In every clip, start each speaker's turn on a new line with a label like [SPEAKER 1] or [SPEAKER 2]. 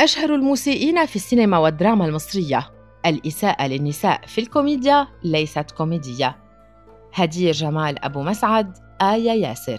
[SPEAKER 1] أشهر الموسيقيين في السينما والدراما المصرية: الإساءة للنساء في الكوميديا ليست كوميدية. هدير جمال أبو مسعد، آية ياسر.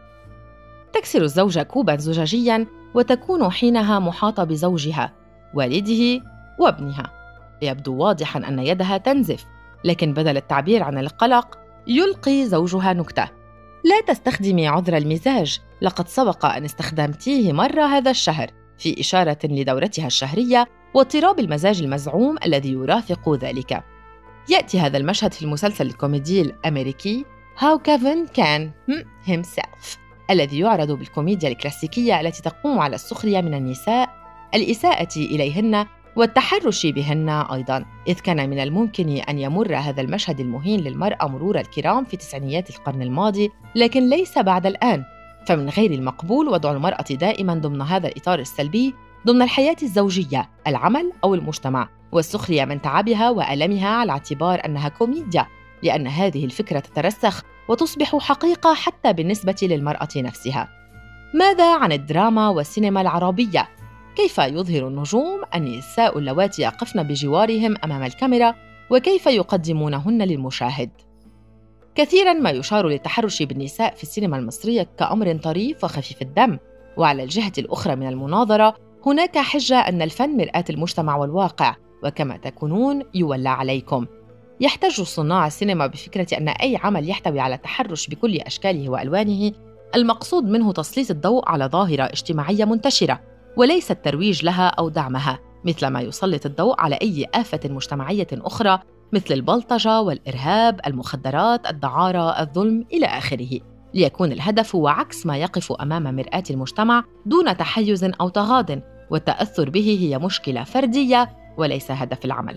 [SPEAKER 1] تكسر الزوجة كوباً زجاجياً وتكون حينها محاطة بزوجها، والده وابنها. يبدو واضحاً أن يدها تنزف، لكن بدل التعبير عن القلق يلقي زوجها نكتة: لا تستخدمي عذر المزاج، لقد سبق أن استخدمتيه مرة هذا الشهر، في إشارة لدورتها الشهرية واضطراب المزاج المزعوم الذي يرافق ذلك. يأتي هذا المشهد في المسلسل الكوميدي الأمريكي How Kevin Can Himself، الذي يعرض بالكوميديا الكلاسيكية التي تقوم على السخرية من النساء، الإساءة إليهن والتحرش بهن أيضاً، إذ كان من الممكن أن يمر هذا المشهد المهين للمرأة مرور الكرام في تسعينيات القرن الماضي، لكن ليس بعد الآن. فمن غير المقبول وضع المرأة دائماً ضمن هذا الإطار السلبي، ضمن الحياة الزوجية، العمل أو المجتمع، والسخرية من تعبها وألمها على اعتبار أنها كوميديا، لأن هذه الفكرة تترسخ وتصبح حقيقة حتى بالنسبة للمرأة نفسها. ماذا عن الدراما والسينما العربية؟ كيف يظهر النجوم النساء اللواتي يقفن بجوارهم أمام الكاميرا، وكيف يقدمونهن للمشاهد؟ كثيراً ما يشار للتحرش بالنساء في السينما المصرية كأمر طريف وخفيف الدم، وعلى الجهة الأخرى من المناظرة هناك حجة أن الفن مرآة المجتمع والواقع، وكما تكونون يولى عليكم. يحتج صناع السينما بفكرة أن أي عمل يحتوي على التحرش بكل أشكاله وألوانه المقصود منه تسليط الضوء على ظاهرة اجتماعية منتشرة، وليس الترويج لها أو دعمها، مثل ما يسلط الضوء على أي آفة مجتمعية أخرى مثل البلطجة والإرهاب، المخدرات، الدعارة، الظلم إلى آخره، ليكون الهدف هو عكس ما يقف أمام مرآة المجتمع دون تحيز أو تغاض، والتأثر به هي مشكلة فردية وليس هدف العمل.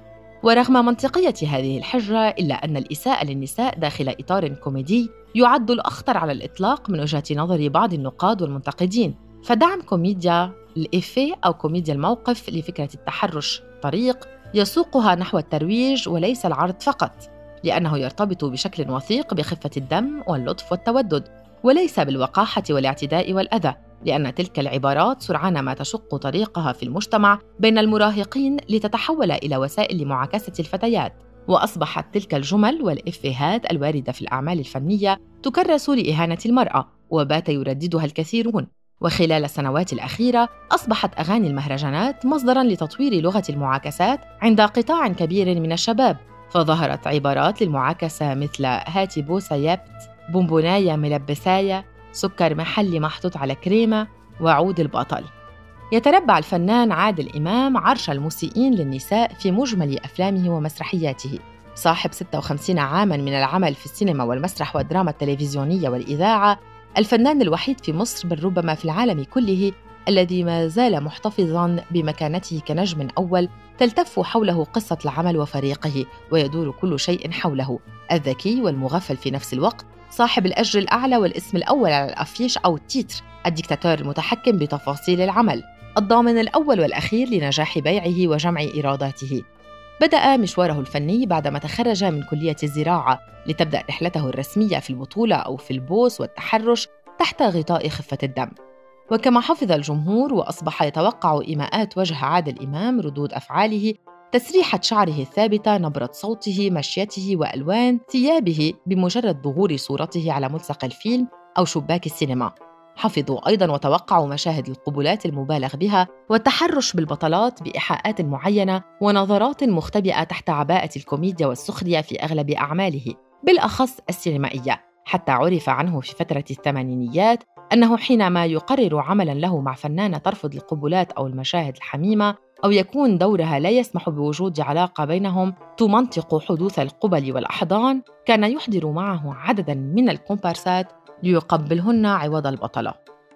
[SPEAKER 1] ورغم منطقية هذه الحجة، إلا أن الإساءة للنساء داخل إطار كوميدي يعد الأخطر على الإطلاق من وجهة نظر بعض النقاد والمنتقدين، فدعم كوميديا الإفيه أو كوميديا الموقف لفكرة التحرش طريق يسوقها نحو الترويج وليس العرض فقط، لأنه يرتبط بشكل وثيق بخفة الدم واللطف والتودد، وليس بالوقاحة والاعتداء والأذى، لأن تلك العبارات سرعان ما تشق طريقها في المجتمع بين المراهقين لتتحول إلى وسائل لمعاكسة الفتيات، وأصبحت تلك الجمل والإفيهات الواردة في الأعمال الفنية تكرس لإهانة المرأة، وبات يرددها الكثيرون. وخلال السنوات الأخيرة أصبحت أغاني المهرجانات مصدراً لتطوير لغة المعاكسات عند قطاع كبير من الشباب، فظهرت عبارات للمعاكسة مثل هاتي بوسة يبت، بونبوناية ملبساية، سكر محلي محطوط على كريمة، وعود البطل. يتربع الفنان عادل إمام عرش المسيئين للنساء في مجمل أفلامه ومسرحياته. صاحب 56 عاماً من العمل في السينما والمسرح والدراما التلفزيونية والإذاعة، الفنان الوحيد في مصر بل ربما في العالم كله الذي ما زال محتفظاً بمكانته كنجم أول تلتف حوله قصة العمل وفريقه، ويدور كل شيء حوله، الذكي والمغفل في نفس الوقت، صاحب الأجر الأعلى والاسم الأول على الأفيش أو التيتر، الديكتاتور المتحكم بتفاصيل العمل، الضامن الأول والأخير لنجاح بيعه وجمع إيراداته. بدأ مشواره الفني بعدما تخرج من كلية الزراعة، لتبدأ رحلته الرسمية في البطولة أو في البوس والتحرش تحت غطاء خفة الدم. وكما حفظ الجمهور وأصبح يتوقع إيماءات وجه عادل إمام، ردود أفعاله، تسريحة شعره الثابتة، نبرة صوته، مشيته، وألوان ثيابه بمجرد ظهور صورته على ملصق الفيلم أو شباك السينما. حفظوا أيضاً وتوقعوا مشاهد القبلات المبالغ بها والتحرش بالبطلات بإيحاءات معينة ونظرات مختبئة تحت عباءة الكوميديا والسخرية في أغلب أعماله، بالأخص السينمائية، حتى عرف عنه في فترة الثمانينيات أنه حينما يقرر عملاً له مع فنانة ترفض القبلات أو المشاهد الحميمة، أو يكون دورها لا يسمح بوجود علاقة بينهم تمنطق حدوث القبل والأحضان، كان يحضر معه عدداً من الكومبارسات ليقبلهن عوض البطلة.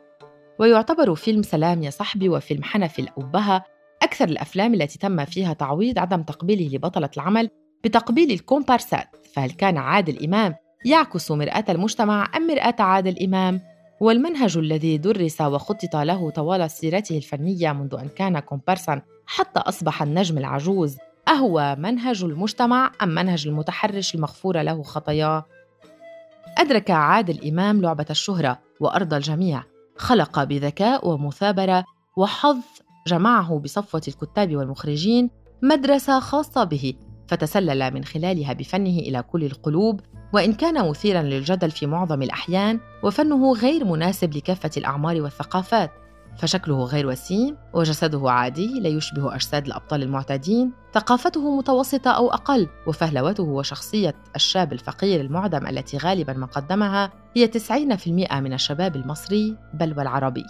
[SPEAKER 1] ويعتبر فيلم سلام يا صاحبي وفيلم حنفي الأبهة أكثر الأفلام التي تم فيها تعويض عدم تقبيله لبطلة العمل بتقبيل الكومبارسات. فهل كان عادل إمام يعكس مرآة المجتمع أم مرآة عادل إمام؟ والمنهج الذي درس وخطط له طوال سيرته الفنية منذ أن كان كومبارساً حتى أصبح النجم العجوز، أهو منهج المجتمع أم منهج المتحرش المغفور له خطاياه؟ أدرك عادل إمام لعبة الشهرة وأرضى الجميع، خلق بذكاء ومثابرة وحظ جمعه بصفوة الكتاب والمخرجين مدرسة خاصة به، فتسلل من خلالها بفنه إلى كل القلوب، وإن كان مثيراً للجدل في معظم الأحيان، وفنه غير مناسب لكافة الأعمار والثقافات، فشكله غير وسيم، وجسده عادي لا يشبه أجساد الأبطال المعتادين، ثقافته متوسطة أو أقل، وفهلوته وشخصية الشاب الفقير المعدم التي غالباً ما قدمها هي 90% من الشباب المصري بل والعربي.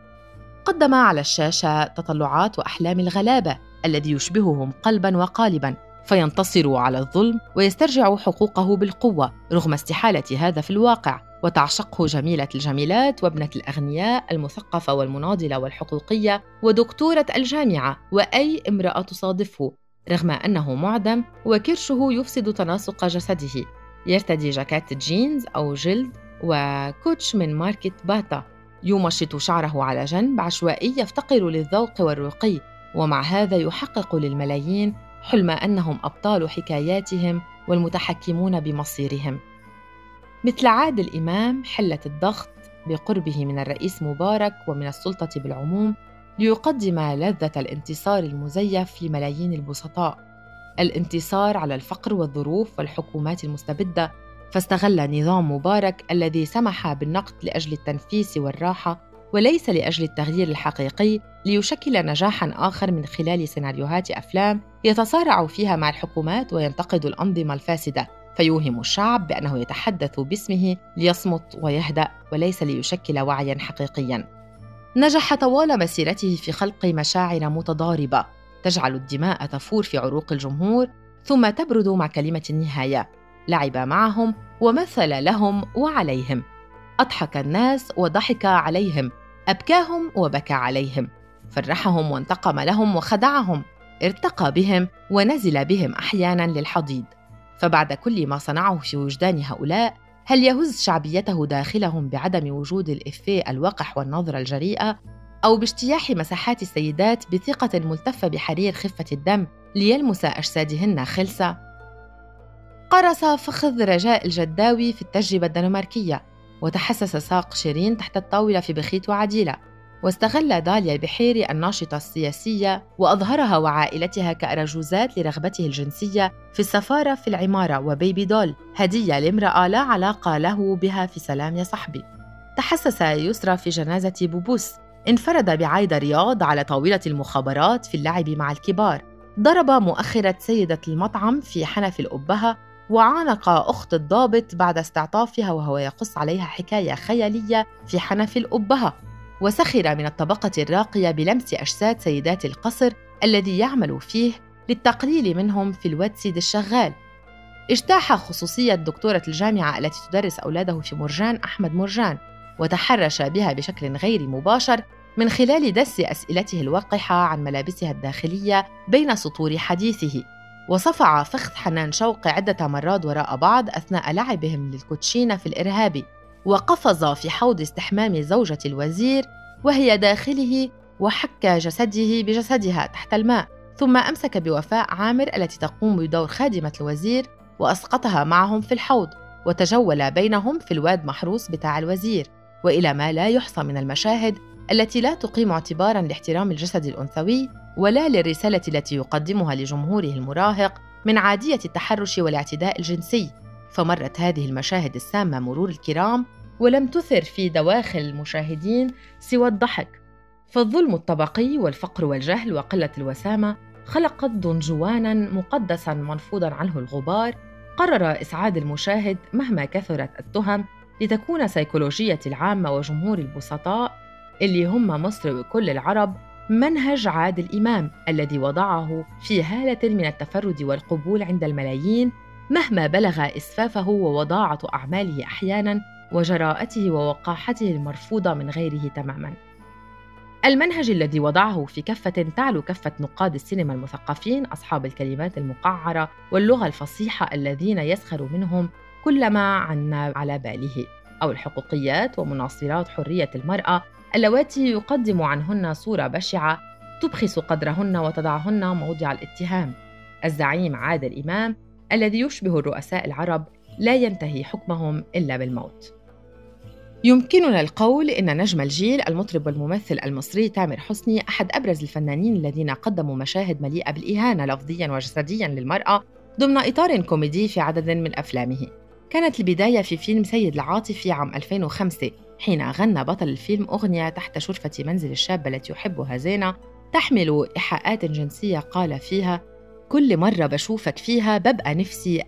[SPEAKER 1] قدم على الشاشة تطلعات وأحلام الغلابة الذي يشبههم قلباً وقالباً، فينتصر على الظلم ويسترجع حقوقه بالقوة رغم استحالة هذا في الواقع، وتعشقه جميلة الجميلات وابنة الأغنياء المثقفة والمناضلة والحقوقية ودكتورة الجامعة وأي امرأة تصادفه، رغم أنه معدم وكرشه يفسد تناسق جسده، يرتدي جاكيت جينز أو جلد وكوتش من ماركة باتا، يمشط شعره على جنب عشوائي يفتقر للذوق والرقي، ومع هذا يحقق للملايين حلم أنهم أبطال حكاياتهم والمتحكمون بمصيرهم. مثل عادل إمام حلة الضغط بقربه من الرئيس مبارك ومن السلطة بالعموم ليقدم لذة الانتصار المزيف لملايين البسطاء، الانتصار على الفقر والظروف والحكومات المستبدة، فاستغل نظام مبارك الذي سمح بالنقد لأجل التنفيس والراحة وليس لأجل التغيير الحقيقي ليشكل نجاحاً آخر من خلال سيناريوهات أفلام يتصارع فيها مع الحكومات وينتقد الأنظمة الفاسدة، فيوهم الشعب بأنه يتحدث باسمه ليصمت ويهدأ وليس ليشكل وعياً حقيقياً. نجح طوال مسيرته في خلق مشاعر متضاربة تجعل الدماء تفور في عروق الجمهور ثم تبرد مع كلمة النهاية. لعب معهم ومثل لهم وعليهم، أضحك الناس وضحك عليهم، أبكاهم وبكى عليهم، فرحهم وانتقم لهم وخدعهم، ارتقى بهم ونزل بهم أحياناً للحضيض. فبعد كل ما صنعه في وجدان هؤلاء، هل يهز شعبيته داخلهم بعدم وجود الإفيه الوقح والنظرة الجريئة، أو باجتياح مساحات السيدات بثقة ملتفة بحرير خفة الدم ليلمس أجسادهن خلسة؟ قرص فخذ رجاء الجداوي في التجربة الدنماركية، وتحسس ساق شيرين تحت الطاولة في بخيت وعديلة، واستغل داليا البحيري الناشطة السياسية وأظهرها وعائلتها كأرجوزات لرغبته الجنسية في السفارة في العمارة وبيبي دول هدية لامرأة لا علاقة له بها في سلام يا صحبي. تحسس يسرى في جنازة بوبوس، انفرد بعايدة رياض على طاولة المخابرات في اللعب مع الكبار، ضرب مؤخرة سيدة المطعم في حنف الأبهة، وعانق أخت الضابط بعد استعطافها وهو يقص عليها حكاية خيالية في حنف الأبهة، وسخر من الطبقة الراقية بلمس أجساد سيدات القصر الذي يعمل فيه للتقليل منهم في الواتسيد الشغال. اجتاح خصوصية دكتورة الجامعة التي تدرس أولاده في مرجان أحمد مرجان، وتحرش بها بشكل غير مباشر من خلال دس أسئلته الوقحة عن ملابسها الداخلية بين سطور حديثه، وصفع فخذ حنان شوقي عدة مرات وراء بعض أثناء لعبهم للكوتشينة في الإرهابي، وقفز في حوض استحمام زوجة الوزير وهي داخله وحك جسده بجسدها تحت الماء، ثم أمسك بوفاء عامر التي تقوم بدور خادمة الوزير وأسقطها معهم في الحوض، وتجول بينهم في الواد محروس بتاع الوزير، وإلى ما لا يحصى من المشاهد التي لا تقيم اعتباراً لاحترام الجسد الأنثوي ولا للرسالة التي يقدمها لجمهوره المراهق من عادية التحرش والاعتداء الجنسي. فمرت هذه المشاهد السامة مرور الكرام ولم تثر في دواخل المشاهدين سوى الضحك، فالظلم الطبقي والفقر والجهل وقلة الوسامة خلقت دونجوانا مقدساً منفوضاً عنه الغبار، قرر إسعاد المشاهد مهما كثرت التهم لتكون سيكولوجية العامة وجمهور البسطاء اللي هم مصر وكل العرب منهج عادل إمام الذي وضعه في هالة من التفرد والقبول عند الملايين مهما بلغ إسفافه ووضاعة أعماله أحياناً وجراءته ووقاحته المرفوضة من غيره تماماً. المنهج الذي وضعه في كفة تعلو كفة نقاد السينما المثقفين أصحاب الكلمات المقعرة واللغة الفصيحة الذين يسخر منهم كل ما عنا على باله، أو الحقوقيات ومناصرات حرية المرأة اللواتي يقدم عنهن صورة بشعة تبخس قدرهن وتضعهن موضع الاتهام. الزعيم عادل إمام الذي يشبه الرؤساء العرب لا ينتهي حكمهم إلا بالموت. يمكننا القول إن نجم الجيل المطرب والممثل المصري تامر حسني أحد أبرز الفنانين الذين قدموا مشاهد مليئة بالإهانة لفظياً وجسدياً للمرأة ضمن إطار كوميدي في عدد من أفلامه. كانت البداية في فيلم سيد العاطفي عام 2005 حين غنى بطل الفيلم أغنية تحت شرفة منزل الشابة التي يحبها زينة تحمل إيحاءات جنسية قال فيها: كل مرة بشوفك فيها ببقى نفسي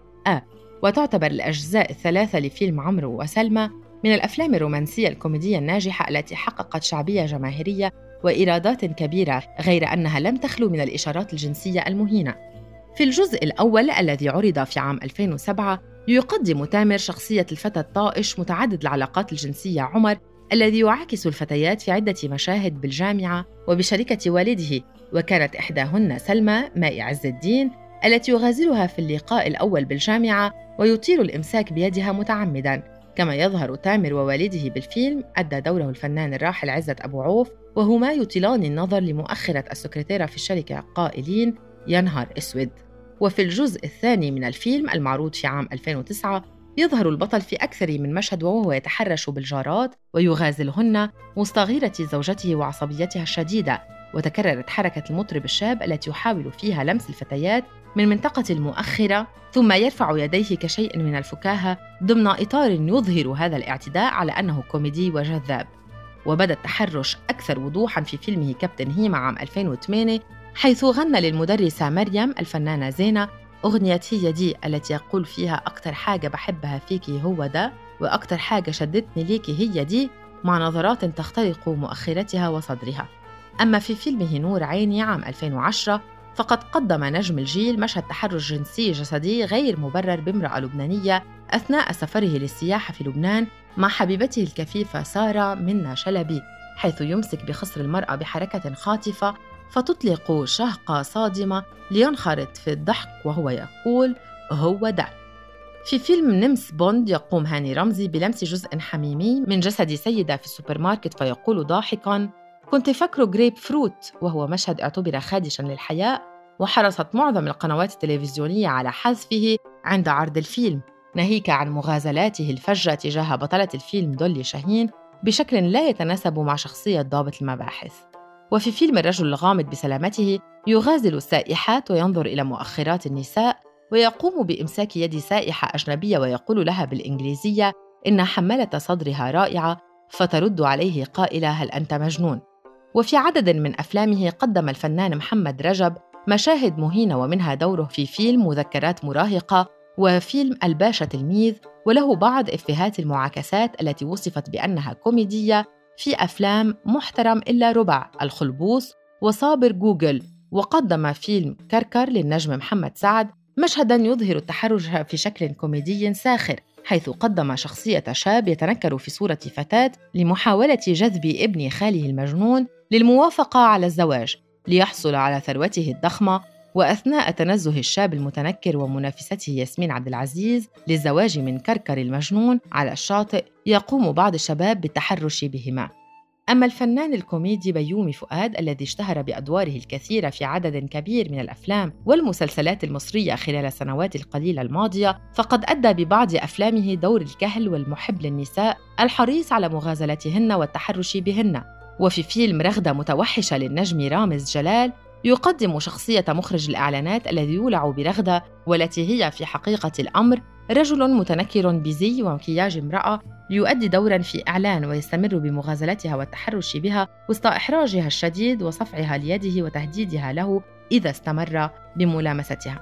[SPEAKER 1] وتعتبر الأجزاء الثلاثة لفيلم عمرو وسلمى من الأفلام الرومانسية الكوميدية الناجحة التي حققت شعبية جماهيرية وإيرادات كبيرة، غير أنها لم تخلو من الإشارات الجنسية المهينة. في الجزء الأول الذي عرض في عام 2007 يقدم تامر شخصية الفتى الطائش متعدد العلاقات الجنسية عمر، الذي يعاكس الفتيات في عدة مشاهد بالجامعة وبشركة والده، وكانت إحداهن سلمى ماء عز الدين التي يغازلها في اللقاء الأول بالجامعة ويطيل الإمساك بيدها متعمداً. كما يظهر تامر ووالده بالفيلم أدى دوره الفنان الراحل عزت أبو عوف، وهما يطيلان النظر لمؤخرة السكرتيرة في الشركة قائلين: يا نهار أسود. وفي الجزء الثاني من الفيلم المعروض في عام 2009 يظهر البطل في أكثر من مشهد وهو يتحرش بالجارات ويغازلهن وسط غيرة زوجته وعصبيتها الشديدة، وتكررت حركة المطرب الشاب التي يحاول فيها لمس الفتيات من منطقة المؤخرة ثم يرفع يديه كشيء من الفكاهة ضمن إطار يظهر هذا الاعتداء على أنه كوميدي وجذاب. وبدا التحرش أكثر وضوحاً في فيلمه كابتن هيما عام 2008 حيث غنى للمدرسة مريم الفنانة زينة أغنية هي دي التي يقول فيها: أكتر حاجة بحبها فيكي هو ده، وأكتر حاجة شدتني ليكي هي دي، مع نظرات تخترق مؤخرتها وصدرها. أما في فيلمه نور عيني عام 2010 فقد قدم نجم الجيل مشهد تحرش جنسي جسدي غير مبرر بامرأة لبنانية أثناء سفره للسياحة في لبنان مع حبيبته الكفيفة سارة منى شلبي، حيث يمسك بخصر المرأة بحركة خاطفة فتطلق شهقة صادمة لينخرط في الضحك وهو يقول: هو ده. في فيلم نمس بوند يقوم هاني رمزي بلمس جزء حميمي من جسد سيدة في السوبر ماركت فيقول ضاحكاً: كنت فكره جريب فروت، وهو مشهد اعتبر خادشاً للحياء، وحرصت معظم القنوات التلفزيونية على حذفه عند عرض الفيلم، ناهيك عن مغازلاته الفجة تجاه بطلة الفيلم دولي شاهين بشكل لا يتناسب مع شخصية ضابط المباحث. وفي فيلم الرجل الغامض بسلامته يغازل السائحات وينظر إلى مؤخرات النساء ويقوم بإمساك يد سائحة أجنبية ويقول لها بالإنجليزية إن حمالة صدرها رائعة، فترد عليه قائلة: هل أنت مجنون؟ وفي عدد من أفلامه قدم الفنان محمد رجب مشاهد مهينة، ومنها دوره في فيلم مذكرات مراهقة وفيلم الباشا تلميذ، وله بعض إفيهات المعاكسات التي وصفت بأنها كوميدية في أفلام محترم إلا ربع، الخلبوص، وصابر جوجل. وقدم فيلم كركر للنجم محمد سعد مشهداً يظهر التحرش في شكل كوميدي ساخر، حيث قدم شخصية شاب يتنكر في صورة فتاة لمحاولة جذب ابن خاله المجنون للموافقة على الزواج ليحصل على ثروته الضخمة. وأثناء تنزه الشاب المتنكر ومنافسته ياسمين عبد العزيز للزواج من كركر المجنون على الشاطئ يقوم بعض الشباب بالتحرش بهما. أما الفنان الكوميدي بيومي فؤاد الذي اشتهر بأدواره الكثيرة في عدد كبير من الأفلام والمسلسلات المصرية خلال السنوات القليلة الماضية، فقد أدى ببعض أفلامه دور الكهل والمحب للنساء الحريص على مغازلتهن والتحرش بهن. وفي فيلم رغدة متوحشة للنجم رامز جلال يقدم شخصية مخرج الإعلانات الذي يولع برغدة، والتي هي في حقيقة الأمر رجل متنكر بزي ومكياج امرأة ليؤدي دوراً في إعلان، ويستمر بمغازلتها والتحرش بها وسط إحراجها الشديد وصفعها ليده وتهديدها له إذا استمر بملامستها.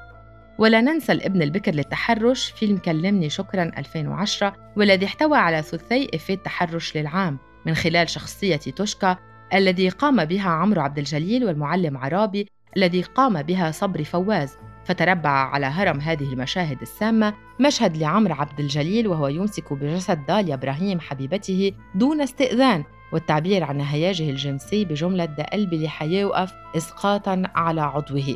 [SPEAKER 1] ولا ننسى الابن البكر للتحرش فيلم كلمني شكراً 2010، والذي احتوى على ثلثي إفيه التحرش للعام من خلال شخصية توشكا الذي قام بها عمرو عبد الجليل والمعلم عرابي الذي قام بها صبري فواز. فتربع على هرم هذه المشاهد السامة مشهد لعمرو عبد الجليل وهو يمسك بجسد داليا إبراهيم حبيبته دون استئذان، والتعبير عن هياجه الجنسي بجملة "ده قلبي اللي حيوقف" إسقاطاً على عضوه.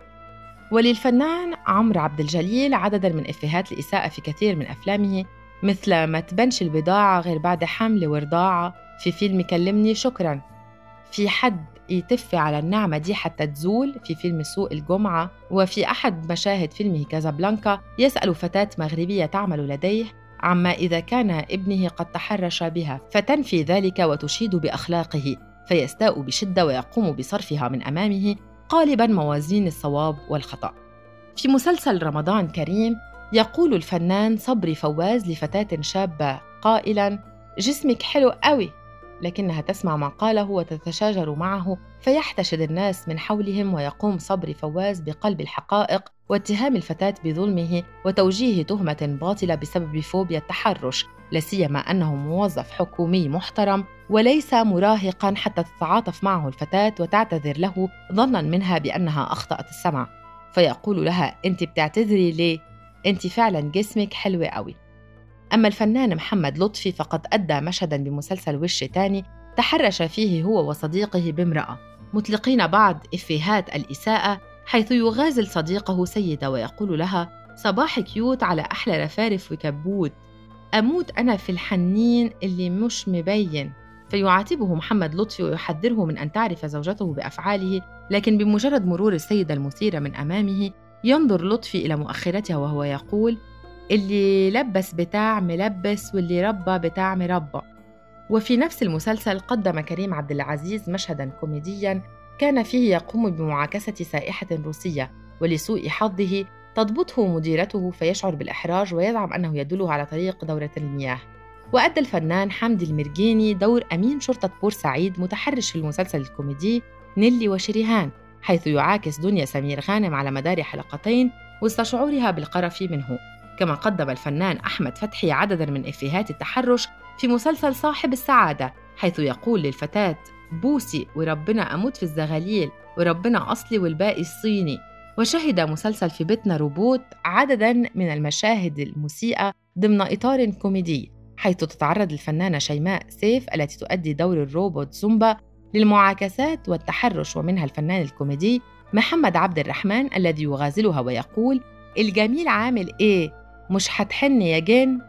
[SPEAKER 1] وللفنان عمرو عبد الجليل عدداً من إفيهات الإساءة في كثير من أفلامه، مثل ما تبنش البضاعة غير بعد حمل ورضاعة في فيلم كلمني شكراً، في حد يتفي على النعمة دي حتى تزول في فيلم سوق الجمعة، وفي أحد مشاهد فيلمه كازابلانكا يسأل فتاة مغربية تعمل لديه عما إذا كان ابنه قد تحرش بها، فتنفي ذلك وتشيد بأخلاقه، فيستاء بشدة ويقوم بصرفها من أمامه قالباً موازين الصواب والخطأ. في مسلسل رمضان كريم يقول الفنان صبري فواز لفتاة شابة قائلاً: جسمك حلو قوي، لكنها تسمع ما قاله وتتشاجر معه، فيحتشد الناس من حولهم، ويقوم صبري فواز بقلب الحقائق واتهام الفتاة بظلمه وتوجيه تهمة باطلة بسبب فوبيا التحرش، لا سيما أنه موظف حكومي محترم وليس مراهقاً حتى تتعاطف معه الفتاة وتعتذر له ظناً منها بأنها أخطأت السمع، فيقول لها: أنت بتعتذري ليه؟ أنت فعلاً جسمك حلو قوي. أما الفنان محمد لطفي فقد أدى مشهداً بمسلسل وش تاني تحرش فيه هو وصديقه بامرأة، مطلقين بعض إفيهات الإساءة، حيث يغازل صديقه سيدة ويقول لها: صباح كيوت على أحلى رفارف وكبوت، أموت أنا في الحنين اللي مش مبين. فيعاتبه محمد لطفي ويحذره من أن تعرف زوجته بأفعاله، لكن بمجرد مرور السيدة المثيرة من أمامه ينظر لطفي إلى مؤخرتها وهو يقول: اللي لبس بتاع ملبس واللي ربى بتاع مربى. وفي نفس المسلسل قدم كريم عبد العزيز مشهداً كوميدياً كان فيه يقوم بمعاكسة سائحة روسية، ولسوء حظه تضبطه مديرته فيشعر بالإحراج ويزعم أنه يدله على طريق دورة المياه. وأدى الفنان حمدي المرجيني دور أمين شرطة بورسعيد متحرش في المسلسل الكوميدي نيلي وشريهان، حيث يعاكس دنيا سمير غانم على مدار حلقتين وسط شعورها بالقرف منه. كما قدم الفنان أحمد فتحي عدداً من إفيهات التحرش في مسلسل صاحب السعادة، حيث يقول للفتاة: بوسي وربنا أموت في الزغاليل وربنا أصلي والباقي الصيني. وشهد مسلسل في بيتنا روبوت عدداً من المشاهد المسيئة ضمن إطار كوميدي، حيث تتعرض الفنانة شيماء سيف التي تؤدي دور الروبوت زومبا للمعاكسات والتحرش، ومنها الفنان الكوميدي محمد عبد الرحمن الذي يغازلها ويقول: الجميل عامل إيه؟ مش هتحن يا جن؟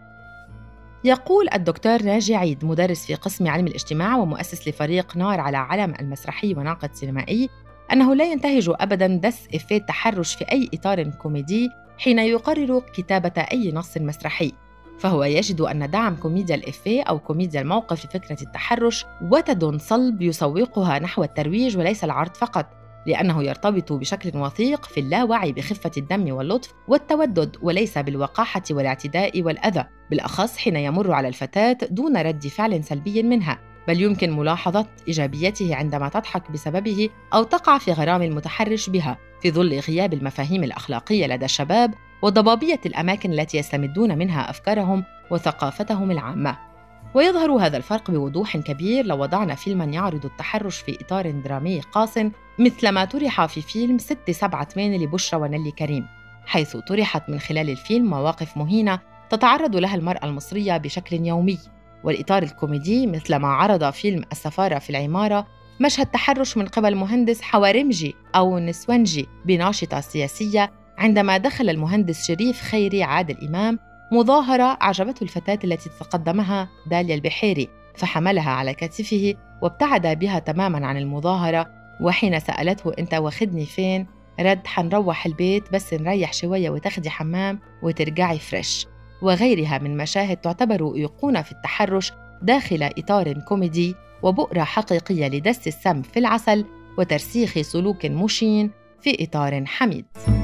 [SPEAKER 1] يقول الدكتور ناجي عيد مدرس في قسم علم الاجتماع ومؤسس لفريق نار على علم المسرحي وناقد سينمائي أنه لا ينتهج أبداً دس إفيه التحرش في أي إطار كوميدي حين يقرر كتابة أي نص مسرحي، فهو يجد أن دعم كوميديا الإفيه أو كوميديا الموقف لفكرة التحرش وتد صلب يسوقها نحو الترويج وليس العرض فقط، لأنه يرتبط بشكل وثيق في اللاوعي بخفة الدم واللطف والتودد وليس بالوقاحة والاعتداء والأذى، بالأخص حين يمر على الفتاة دون رد فعل سلبي منها، بل يمكن ملاحظة إيجابيته عندما تضحك بسببه أو تقع في غرام المتحرش بها، في ظل غياب المفاهيم الأخلاقية لدى الشباب وضبابية الأماكن التي يستمدون منها أفكارهم وثقافتهم العامة. ويظهر هذا الفرق بوضوح كبير لو وضعنا فيلماً يعرض التحرش في إطار درامي قاس مثل ما طرح في فيلم 678 لبشرى ونيلي كريم، حيث طرحت من خلال الفيلم مواقف مهينة تتعرض لها المرأة المصرية بشكل يومي. والإطار الكوميدي مثل ما عرض فيلم السفارة في العمارة مشهد تحرش من قبل مهندس حوارمجي أو نسونجي بناشطة سياسية عندما دخل المهندس شريف خيري عادل إمام مظاهرة أعجبته الفتاة التي تقدمها داليا البحيري، فحملها على كتفه وابتعد بها تماماً عن المظاهرة. وحين سألته: أنت واخدني فين؟ رد: حنروح البيت بس نريح شوية وتاخدي حمام وترجعي فريش. وغيرها من مشاهد تعتبر أيقونة في التحرش داخل إطار كوميدي وبؤرة حقيقية لدس السم في العسل وترسيخ سلوك مشين في إطار حميد.